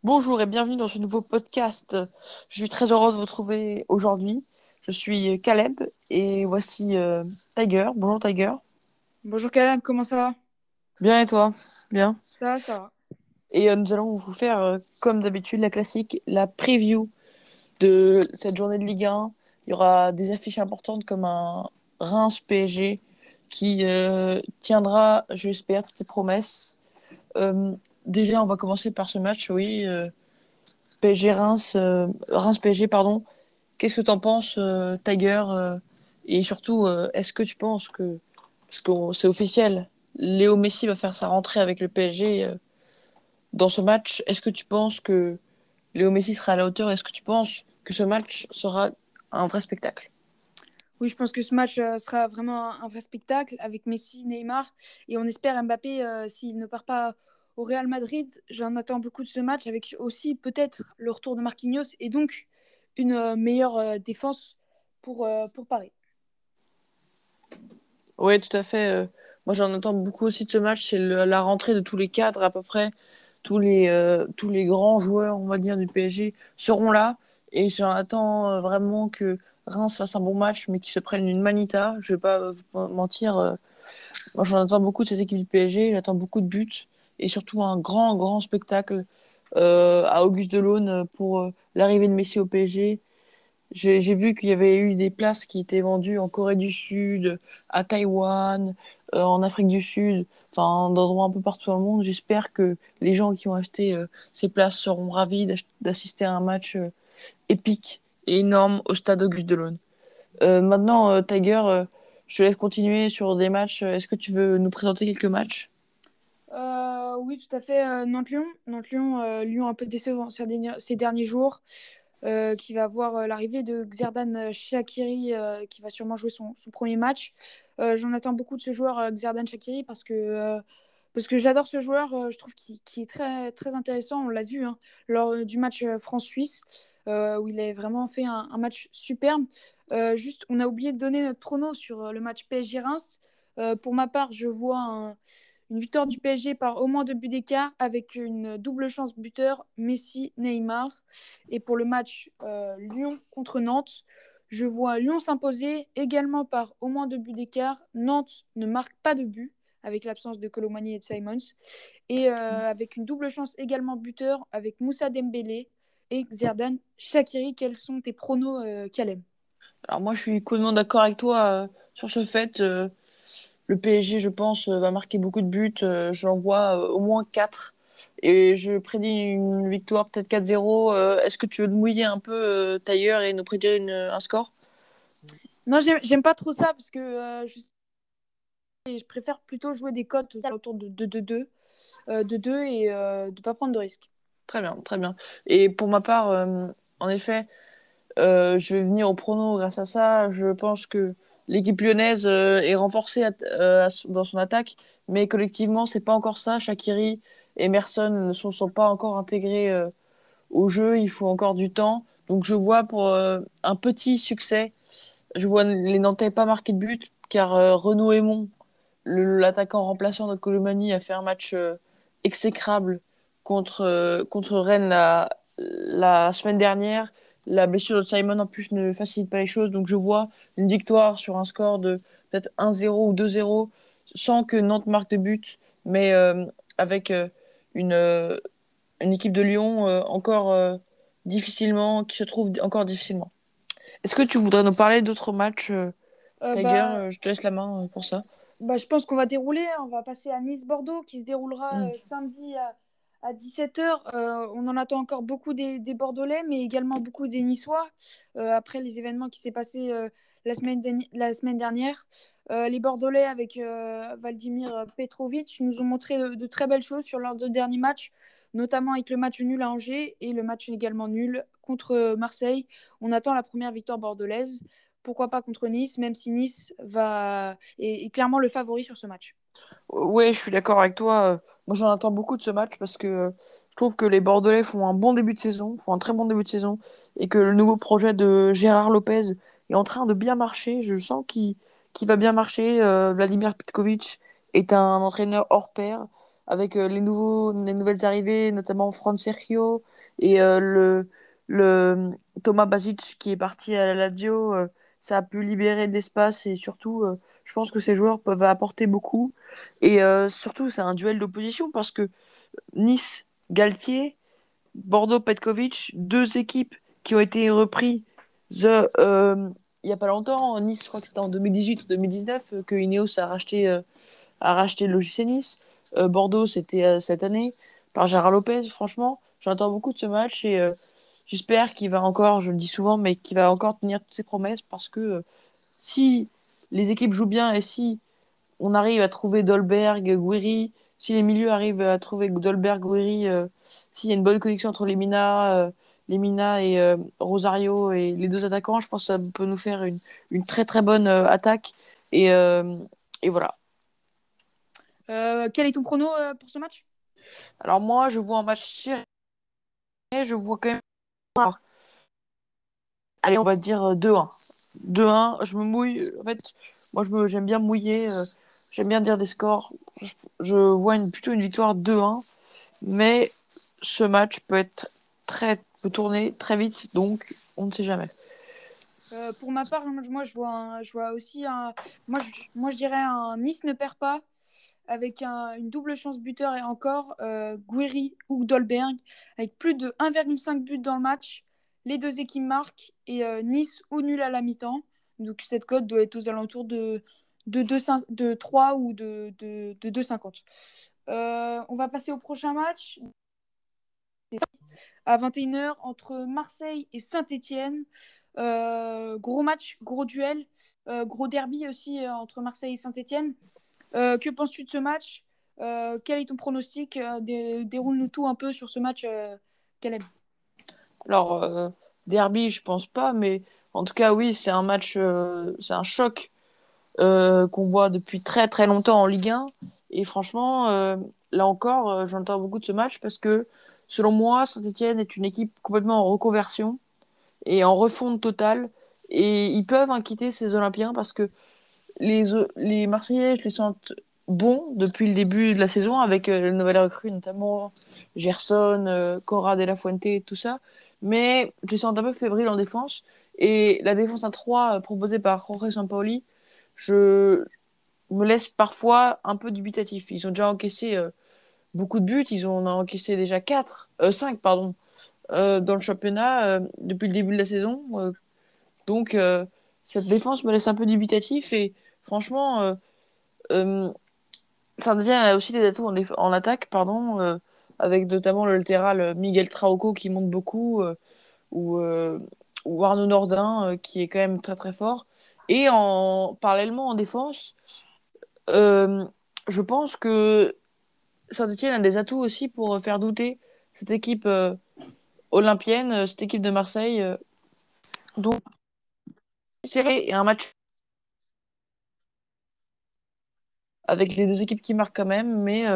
Bonjour et bienvenue dans ce nouveau podcast. Je suis très heureuse de vous retrouver aujourd'hui. Je suis Caleb et voici Tiger. Bonjour Tiger. Bonjour Caleb, comment ça va? Bien et toi? Bien. Ça va, ça va. Et nous allons vous faire, comme d'habitude, la classique, la preview de cette journée de Ligue 1. Il y aura des affiches importantes comme un Reims PSG qui tiendra, je l'espère, toutes ses promesses. Euh, Déjà, on va commencer par ce match, oui. PSG Reims, Reims PSG, pardon. Qu'est-ce que tu en penses, Tiger? Et surtout, est-ce que tu penses que, parce que c'est officiel, Léo Messi va faire sa rentrée avec le PSG dans ce match, est-ce que tu penses que Léo Messi sera à la hauteur? Est-ce que tu penses que ce match sera un vrai spectacle? Oui, je pense que ce match sera vraiment un vrai spectacle avec Messi, Neymar et on espère Mbappé s'il ne part pas au Real Madrid. J'en attends beaucoup de ce match avec aussi peut-être le retour de Marquinhos et donc une meilleure défense pour Paris. Oui, tout à fait. Moi, j'en attends beaucoup aussi de ce match. C'est la rentrée de tous les cadres, à peu près. Tous les grands joueurs, on va dire, du PSG seront là. Et j'en attends vraiment que Reims fasse un bon match, mais qu'ils se prennent une manita. Je vais pas vous mentir. Moi, j'en attends beaucoup de cette équipe du PSG. J'attends beaucoup de buts. Et surtout un grand, grand spectacle à Auguste Delaune pour l'arrivée de Messi au PSG. J'ai vu qu'il y avait eu des places qui étaient vendues en Corée du Sud, à Taïwan, en Afrique du Sud, enfin d'endroits un peu partout dans le monde. J'espère que les gens qui ont acheté ces places seront ravis d'assister à un match épique et énorme au stade Auguste Delaune. Maintenant, Tiger, je te laisse continuer sur des matchs. Est-ce que tu veux nous présenter quelques matchs? Oui, tout à fait. Nantes-Lyon, Nantes-Lyon, Lyon un peu décevant ces derniers jours, qui va voir l'arrivée de Xherdan Shaqiri, qui va sûrement jouer son premier match. J'en attends beaucoup de ce joueur, Xherdan Shaqiri, parce que j'adore ce joueur. Je trouve qu'il est très, très intéressant. On l'a vu hein, lors du match France-Suisse, où il a vraiment fait un match superbe. Juste, on a oublié de donner notre prono sur le match PSG-Reims. Pour ma part, je vois une victoire du PSG par au moins 2 buts d'écart avec une double chance buteur Messi-Neymar. Et pour le match Lyon contre Nantes, je vois Lyon s'imposer également par au moins 2 buts d'écart. Nantes ne marque pas de but avec l'absence de Colomani et de Simons. Et avec une double chance également buteur avec Moussa Dembélé et Xherdan Shaqiri. Quels sont tes pronos, Kalem? Alors moi, je suis complètement d'accord avec toi sur ce fait. Le PSG, je pense, va marquer beaucoup de buts. J'en vois au moins 4. Et je prédis une victoire, peut-être 4-0. Est-ce que tu veux te mouiller un peu, tailleur, et nous prédire un score? Non, j'aime pas trop ça parce que je préfère plutôt jouer des cotes autour de 2 et de ne pas prendre de risques. Très bien, très bien. Et pour ma part, en effet, je vais venir au prono grâce à ça. Je pense que l'équipe lyonnaise est renforcée dans son attaque, mais collectivement, c'est pas encore ça. Shaqiri et Emerson ne sont pas encore intégrés au jeu. Il faut encore du temps. Donc je vois pour un petit succès. Je vois les Nantais pas marquer de but, car Renaud Aymon, l'attaquant remplaçant de Colomani, a fait un match exécrable contre Rennes la semaine dernière. La blessure de Simon en plus ne facilite pas les choses, donc je vois une victoire sur un score de peut-être 1-0 ou 2-0 sans que Nantes marque de but, mais avec une, euh, une équipe de Lyon encore difficilement, qui se trouve encore difficilement. Est-ce que tu voudrais nous parler d'autres matchs, Euh, Tiger? bah, Je te laisse la main pour ça. je pense qu'on va dérouler, hein. On va passer à Nice-Bordeaux qui se déroulera Mm. samedi à 17h. On en attend encore beaucoup des Bordelais, mais également beaucoup des Niçois. Après les événements qui s'est passé la semaine dernière, les Bordelais avec Vladimir Petrovic nous ont montré de très belles choses sur leurs 2 derniers matchs, notamment avec le match nul à Angers et le match également nul contre Marseille. On attend la première victoire bordelaise. Pourquoi pas contre Nice, même si Nice est clairement le favori sur ce match. Ouais, je suis d'accord avec toi. Moi, j'en attends beaucoup de ce match parce que je trouve que les Bordelais font un bon début de saison, font un très bon début de saison, et que le nouveau projet de Gérard Lopez est en train de bien marcher. Je sens qu'il va bien marcher. Vladimir Petkovic est un entraîneur hors pair. avec les nouvelles arrivées, notamment Fran Sergio et le Thomas Basic qui est parti à la Lazio, ça a pu libérer de l'espace et surtout, je pense que ces joueurs peuvent apporter beaucoup. Et surtout, c'est un duel d'opposition parce que Nice, Galtier, Bordeaux, Petkovic, deux équipes qui ont été reprises il n'y a pas longtemps. Nice, je crois que c'était en 2018 ou 2019 que Ineos a racheté le logiciel Nice. Bordeaux, c'était cette année par Gérard Lopez. Franchement, j'entends beaucoup de ce match et j'espère qu'il va encore, je le dis souvent, mais qu'il va encore tenir toutes ses promesses parce que si les équipes jouent bien et si on arrive à trouver Dolberg, Guiri, si les milieux arrivent à trouver Dolberg, Guiri, s'il y a une bonne connexion entre les Mina et Rosario et les deux attaquants, je pense que ça peut nous faire une très très bonne attaque. Et, euh, et voilà. Quel est ton prono pour ce match? Alors moi, je vois un match serré, je vois quand même. Allez, on va dire 2-1. 2-1, je me mouille. En fait, moi, j'aime bien mouiller. J'aime bien dire des scores. Je vois plutôt une victoire 2-1. Mais ce match peut tourner très vite. Donc, on ne sait jamais. Pour ma part, moi je vois aussi moi je dirais un Nice ne perd pas avec une double chance buteur et encore Guiri ou Dolberg avec plus de 1,5 but dans le match. Les deux équipes marquent et Nice ou nul à la mi-temps. Donc cette cote doit être aux alentours de 3 ou de 2,50. On va passer au prochain match à 21h entre Marseille et Saint-Étienne. Gros match, gros duel, gros derby aussi entre Marseille et Saint-Étienne. Que penses-tu de ce match? Quel est ton pronostic? Déroule-nous tout un peu sur ce match, Caleb. Alors, derby, je pense pas. Mais en tout cas, oui, c'est un match, c'est un choc qu'on voit depuis très très longtemps en Ligue 1. Et franchement, là encore, j'entends beaucoup de ce match parce que, selon moi, Saint-Étienne est une équipe complètement en reconversion et en refonte totale. Et ils peuvent inquiéter ces Olympiens parce que les Marseillais, je les sens bons depuis le début de la saison avec les nouvelles recrues, notamment Gerson, Cora de la Fuente, tout ça. Mais je les sens un peu fébriles en défense. Et la défense à 3 proposée par Jorge Sampaoli, je me laisse parfois un peu dubitatif. Ils ont déjà encaissé beaucoup de buts. Ils en ont encaissé déjà 5 pardon, dans le championnat depuis le début de la saison. Donc, cette défense me laisse un peu dubitatif. Et franchement, euh, Saint-Étienne a aussi des atouts en attaque, pardon, avec notamment le latéral Miguel Trauco qui monte beaucoup, ou, euh, ou Arnaud Nordin qui est quand même très très fort. Et parallèlement en défense, euh, je pense que Saint-Étienne a des atouts aussi pour faire douter cette équipe olympienne, cette équipe de Marseille. Donc, serré et un match avec les deux équipes qui marquent quand même, mais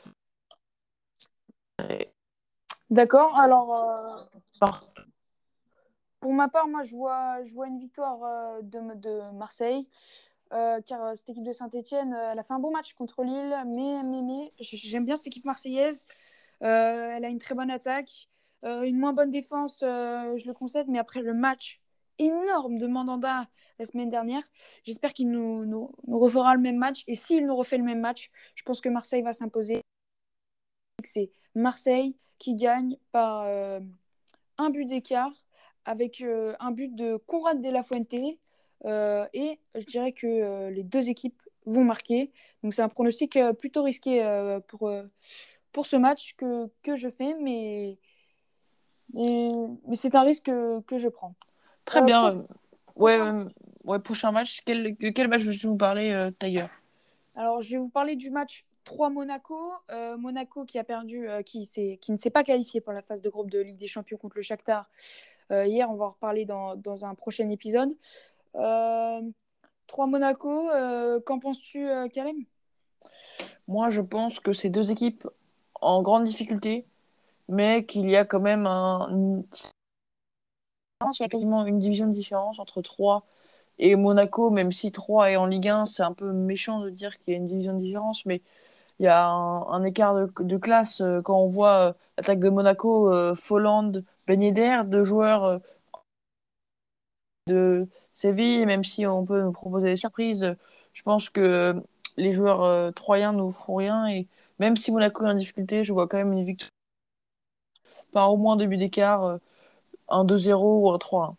D'accord. Alors, par- pour ma part, moi, je vois une victoire de Marseille. Car cette équipe de Saint-Etienne, elle a fait un bon match contre Lille, mais j'aime bien cette équipe marseillaise. Elle a une très bonne attaque, une moins bonne défense, je le concède, mais après le match énorme de Mandanda la semaine dernière, j'espère qu'il nous refera le même match. Et s'il nous refait le même match, je pense que Marseille va s'imposer. C'est Marseille qui gagne par un but d'écart avec un but de Conrad de la Fuente. Et je dirais que les deux équipes vont marquer. Donc c'est un pronostic plutôt risqué pour ce match que je fais, mais c'est un risque que je prends. très bien. Ouais, Prochain... ouais, prochain match. Quel match veux-tu nous parler, Tiger? Alors je vais vous parler du match 3 Monaco. Monaco qui a perdu, qui ne s'est pas qualifié pour la phase de groupe de Ligue des Champions contre le Shakhtar. Hier, on va en reparler dans un prochain épisode. Euh, 3 Monaco, qu'en penses-tu, Calem? Moi, je pense que ces deux équipes en grande difficulté, mais qu'il y a quand même il y a quasiment une division de différence entre 3 et Monaco, même si 3 est en Ligue 1, c'est un peu méchant de dire qu'il y a une division de différence, mais il y a un écart de classe quand on voit l'attaque de Monaco, Folland, Ben Yedder, deux joueurs de Séville, même si on peut nous proposer des surprises. Je pense que les joueurs troyens nous feront rien. Et même si Monaco est en difficulté, je vois quand même une victoire par au moins 2 buts d'écart, un 2-0 ou un 3-1.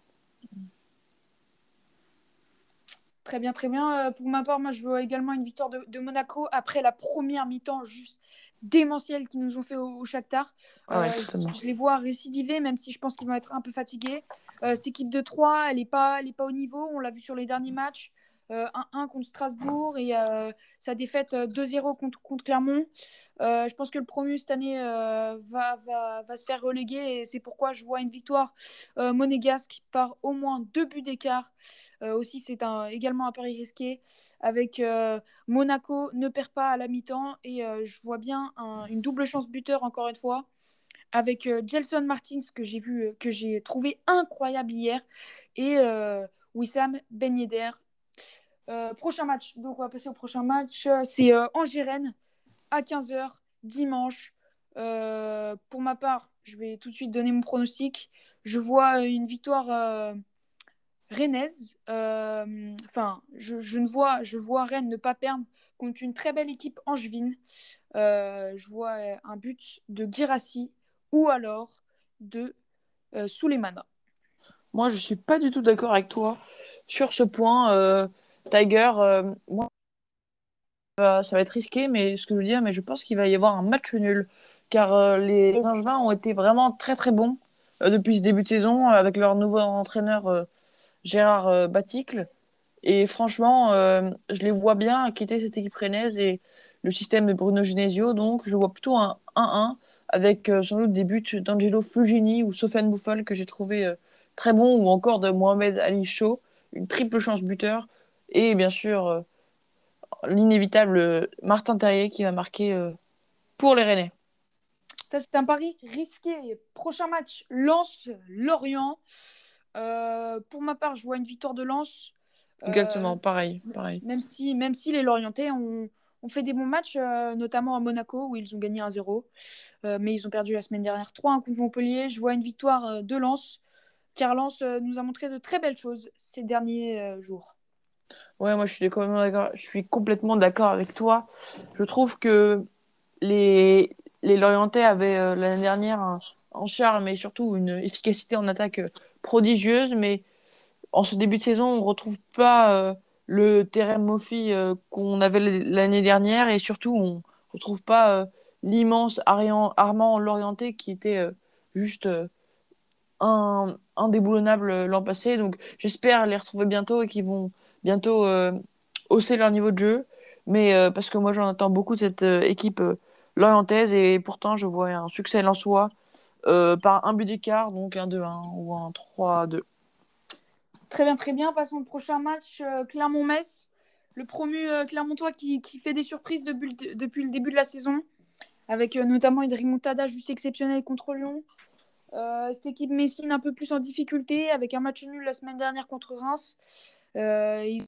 Très bien, très bien. Pour ma part, moi, je veux également une victoire de Monaco après la première mi-temps juste démentielle qu'ils nous ont fait au Shakhtar. Ah ouais, totalement. Je les vois récidiver, même si je pense qu'ils vont être un peu fatigués. Cette équipe de 3, elle est pas au niveau. On l'a vu sur les derniers matchs. 1-1 contre Strasbourg et sa défaite 2-0 contre Clermont. Je pense que le promu cette année va se faire reléguer et c'est pourquoi je vois une victoire monégasque par au moins 2 buts d'écart. Aussi, c'est également un pari risqué avec Monaco ne perd pas à la mi-temps et je vois bien une double chance buteur encore une fois avec Gelson Martins que j'ai trouvé incroyable hier et Wissam Ben Yedder. Prochain match, donc on va passer au prochain match. C'est Angers-Rennes à 15h dimanche. Pour ma part, je vais tout de suite donner mon pronostic. Je vois une victoire rennaise. Enfin, je vois Rennes ne pas perdre contre une très belle équipe angevine. Je vois un but de Guirassy ou alors de Souleymana. Moi, je suis pas du tout d'accord avec toi sur ce point. Tiger, moi, ça va être risqué, mais ce que je veux dire, mais je pense qu'il va y avoir un match nul, car les Angevins ont été vraiment très très bons depuis ce début de saison avec leur nouveau entraîneur Gérard Baticle. Et franchement, je les vois bien quitter cette équipe rennaise et le système de Bruno Genesio. Donc, je vois plutôt un 1-1 avec sans doute des buts d'Angelo Fulgini ou Sofiane Bouffal que j'ai trouvé très bon, ou encore de Mohamed Ali Chaud, une triple chance buteur. Et bien sûr, l'inévitable Martin Terrier qui va marquer pour les Rennais. Ça, c'est un pari risqué. Prochain match, Lens-Lorient. Pour ma part, je vois une victoire de Lens. Euh, Exactement, pareil, pareil. même si les Lorientais ont fait des bons matchs, notamment à Monaco où ils ont gagné 1-0. Mais ils ont perdu la semaine dernière 3-1 contre Montpellier. Je vois une victoire de Lens, car Lens nous a montré de très belles choses ces derniers jours. Ouais, moi je suis complètement d'accord avec toi. Je trouve que les Lorientais avaient l'année dernière un charme et surtout une efficacité en attaque prodigieuse, mais en ce début de saison, on ne retrouve pas le Terem Moffi qu'on avait l'année dernière et surtout on ne retrouve pas l'immense Armand Lorientais qui était juste indéboulonnable l'an passé. Donc j'espère les retrouver bientôt et qu'ils vont bientôt hausser leur niveau de jeu. Mais parce que moi j'en attends beaucoup de cette équipe lorientaise et pourtant je vois un succès lensois par un but d'écart, donc un 2-1 ou un 3-2. Très bien, très bien. Passons au prochain match, Clermont-Metz. Le promu Clermontois qui fait des surprises depuis le début de la saison, avec notamment une remontada juste exceptionnelle contre Lyon. Cette équipe messine un peu plus en difficulté, avec un match nul la semaine dernière contre Reims. Euh,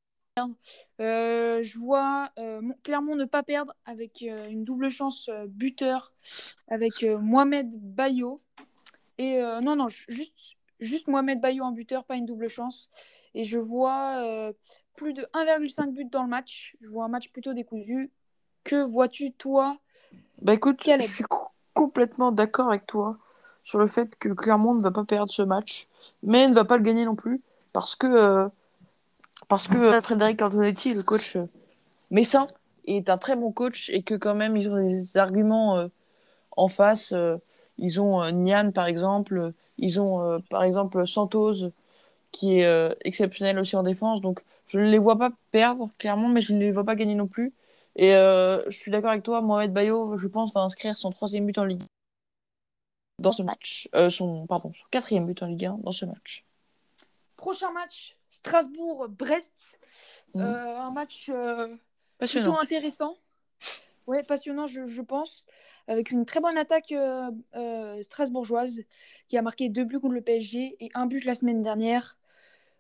je vois Clermont ne pas perdre avec une double chance buteur avec Mohamed Bayo. Et non, non, juste Mohamed Bayo en buteur, pas une double chance. Et je vois plus de 1,5 but dans le match. Je vois un match plutôt décousu. Que vois-tu, toi, Bah écoute, je Caleb? suis complètement d'accord avec toi sur le fait que Clermont ne va pas perdre ce match, mais ne va pas le gagner non plus, parce que Frédéric Antonetti, le coach messin, est un très bon coach et que quand même ils ont des arguments en face. Ils ont Nian par exemple, ils ont par exemple Santos qui est exceptionnel aussi en défense. Donc je ne les vois pas perdre clairement, mais je ne les vois pas gagner non plus. Et je suis d'accord avec toi, Mohamed Bayo, je pense, va inscrire son troisième but en Ligue 1 dans ce match. Son quatrième but en Ligue 1 dans ce match. Prochain match, Strasbourg-Brest. Mhm. Un match plutôt Passionnant. intéressant. Ouais, passionnant, je pense. Avec une très bonne attaque strasbourgeoise qui a marqué 2 buts contre le PSG et un but la semaine dernière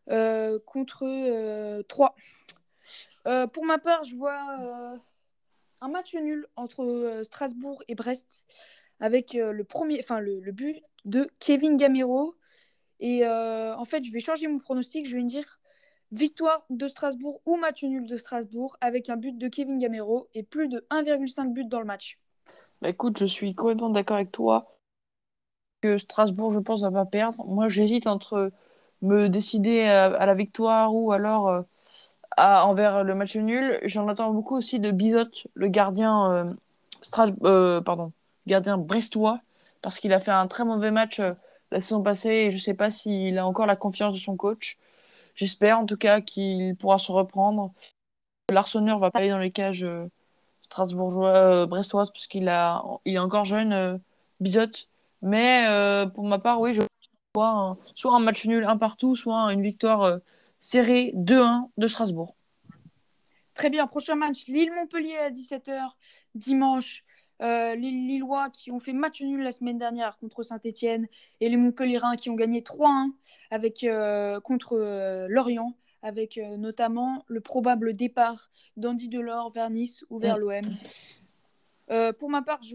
contre 3. Pour ma part, je vois un match nul entre Strasbourg et Brest avec le but de Kevin Gamero. Et en fait, je vais changer mon pronostic. Je vais me dire victoire de Strasbourg ou match nul de Strasbourg avec un but de Kevin Gamero et plus de 1,5 but dans le match. Bah, écoute, je suis complètement d'accord avec toi que Strasbourg, je pense, va pas perdre. Moi, j'hésite entre me décider à la victoire ou alors envers le match nul. J'en attends beaucoup aussi de Bizot, le gardien, pardon, gardien brestois, parce qu'il a fait un très mauvais match la saison passée et je sais pas s'il a encore la confiance de son coach. J'espère en tout cas qu'il pourra se reprendre. L'Arseneur va pas aller dans les cages strasbourgeois, brestoises, parce il est encore jeune, Bizot. Mais pour ma part, oui, je vois soit un match nul, un partout, soit une victoire serrée 2-1 de Strasbourg. Très bien, prochain match, Lille-Montpellier à 17h dimanche. Les Lillois qui ont fait match nul la semaine dernière contre Saint-Etienne et les Montpelliérains qui ont gagné 3-1 contre Lorient, avec notamment le probable départ d'Andy Delors vers Nice ou vers Mm. l'OM. Pour ma part,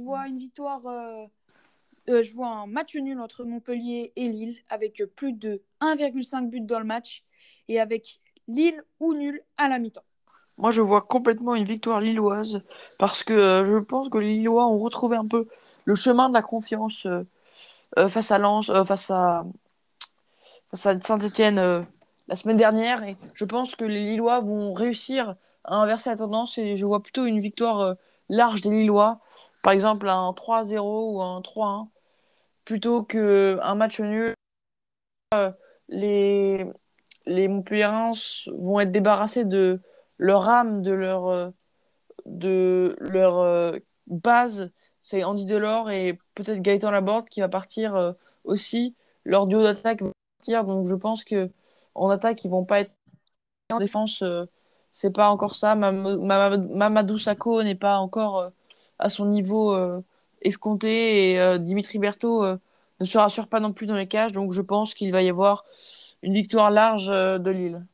je vois un match nul entre Montpellier et Lille avec plus de 1,5 but dans le match et avec Lille ou nul à la mi-temps. Moi, je vois complètement une victoire lilloise parce que je pense que les Lillois ont retrouvé un peu le chemin de la confiance face à Lens, face à Saint-Etienne la semaine dernière. Et je pense que les Lillois vont réussir à inverser la tendance et je vois plutôt une victoire large des Lillois. Par exemple, un 3-0 ou un 3-1 plutôt qu'un match nul. Les, les Montpelliérains vont être débarrassés de leur âme, de leur base. C'est Andy Delors et peut-être Gaëtan Laborde qui va partir aussi. Leur duo d'attaque va partir, donc je pense que en attaque, ils vont pas être en défense. C'est pas encore ça. Mamadou Sakho n'est pas encore à son niveau escompté et Dimitri Berthaud ne se rassure pas non plus dans les cages, donc je pense qu'il va y avoir une victoire large de Lille.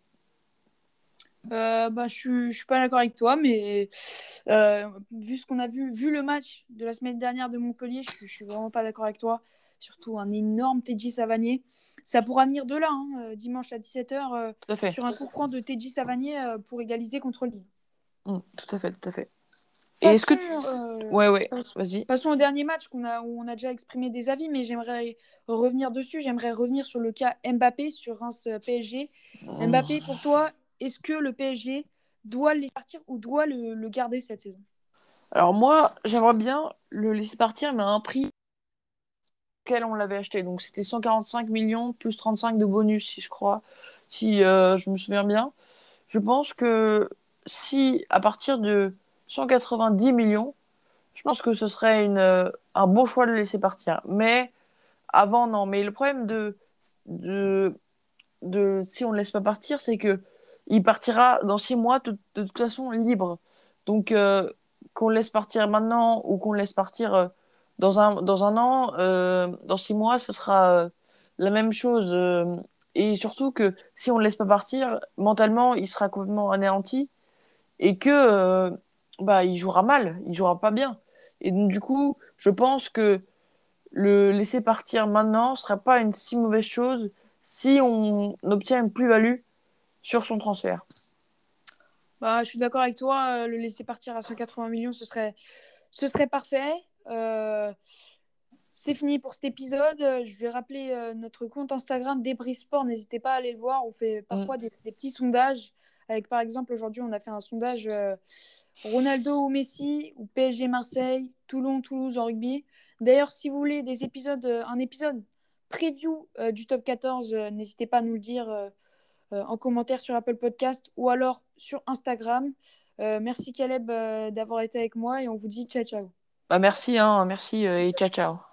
Je suis pas d'accord avec toi, mais vu ce qu'on a vu le match de la semaine dernière de Montpellier, je suis vraiment pas d'accord avec toi. Surtout un énorme Teddy Savanier. Ça pourra venir de là, hein, dimanche à 17h, Tout à fait. sur un coup franc de Teddy Savanier pour égaliser contre Lille. Tout à fait, tout à fait. Et est-ce que Passons, tu... Ouais, ouais, vas-y. passons au dernier match où on a déjà exprimé des avis, mais j'aimerais revenir dessus. J'aimerais revenir sur le cas Mbappé sur Reims PSG. Mbappé, pour toi, est-ce que le PSG doit le laisser partir ou doit le garder cette saison? Alors moi, j'aimerais bien le laisser partir, mais à un prix auquel on l'avait acheté. Donc c'était 145 millions plus 35 de bonus, si je crois, si je me souviens bien. Je pense que si à partir de 190 millions, je pense que ce serait un bon choix de le laisser partir. Mais avant, non. Mais le problème de, si on ne le laisse pas partir, c'est que il partira dans 6 mois de toute façon libre. Donc qu'on le laisse partir maintenant ou qu'on le laisse partir dans un an, dans 6 mois, ce sera la même chose. Et surtout que si on ne le laisse pas partir, mentalement, il sera complètement anéanti et que bah, il jouera mal, il jouera pas bien. Et donc, du coup, je pense que le laisser partir maintenant ne sera pas une si mauvaise chose si on obtient une plus-value sur son transfert. Je suis d'accord avec toi. Le laisser partir à 180 millions, ce serait parfait. C'est fini pour cet épisode. Je vais rappeler notre compte Instagram Débris Sport. N'hésitez pas à aller le voir. On fait Mm. parfois des petits sondages. Avec, par exemple, aujourd'hui, on a fait un sondage Ronaldo ou Messi ou PSG Marseille, Toulon, Toulouse en rugby. D'ailleurs, si vous voulez un épisode preview du top 14, n'hésitez pas à nous le dire en commentaire sur Apple Podcast ou alors sur Instagram. Merci Caleb d'avoir été avec moi et on vous dit ciao ciao. Bah merci, hein, merci et ciao ciao.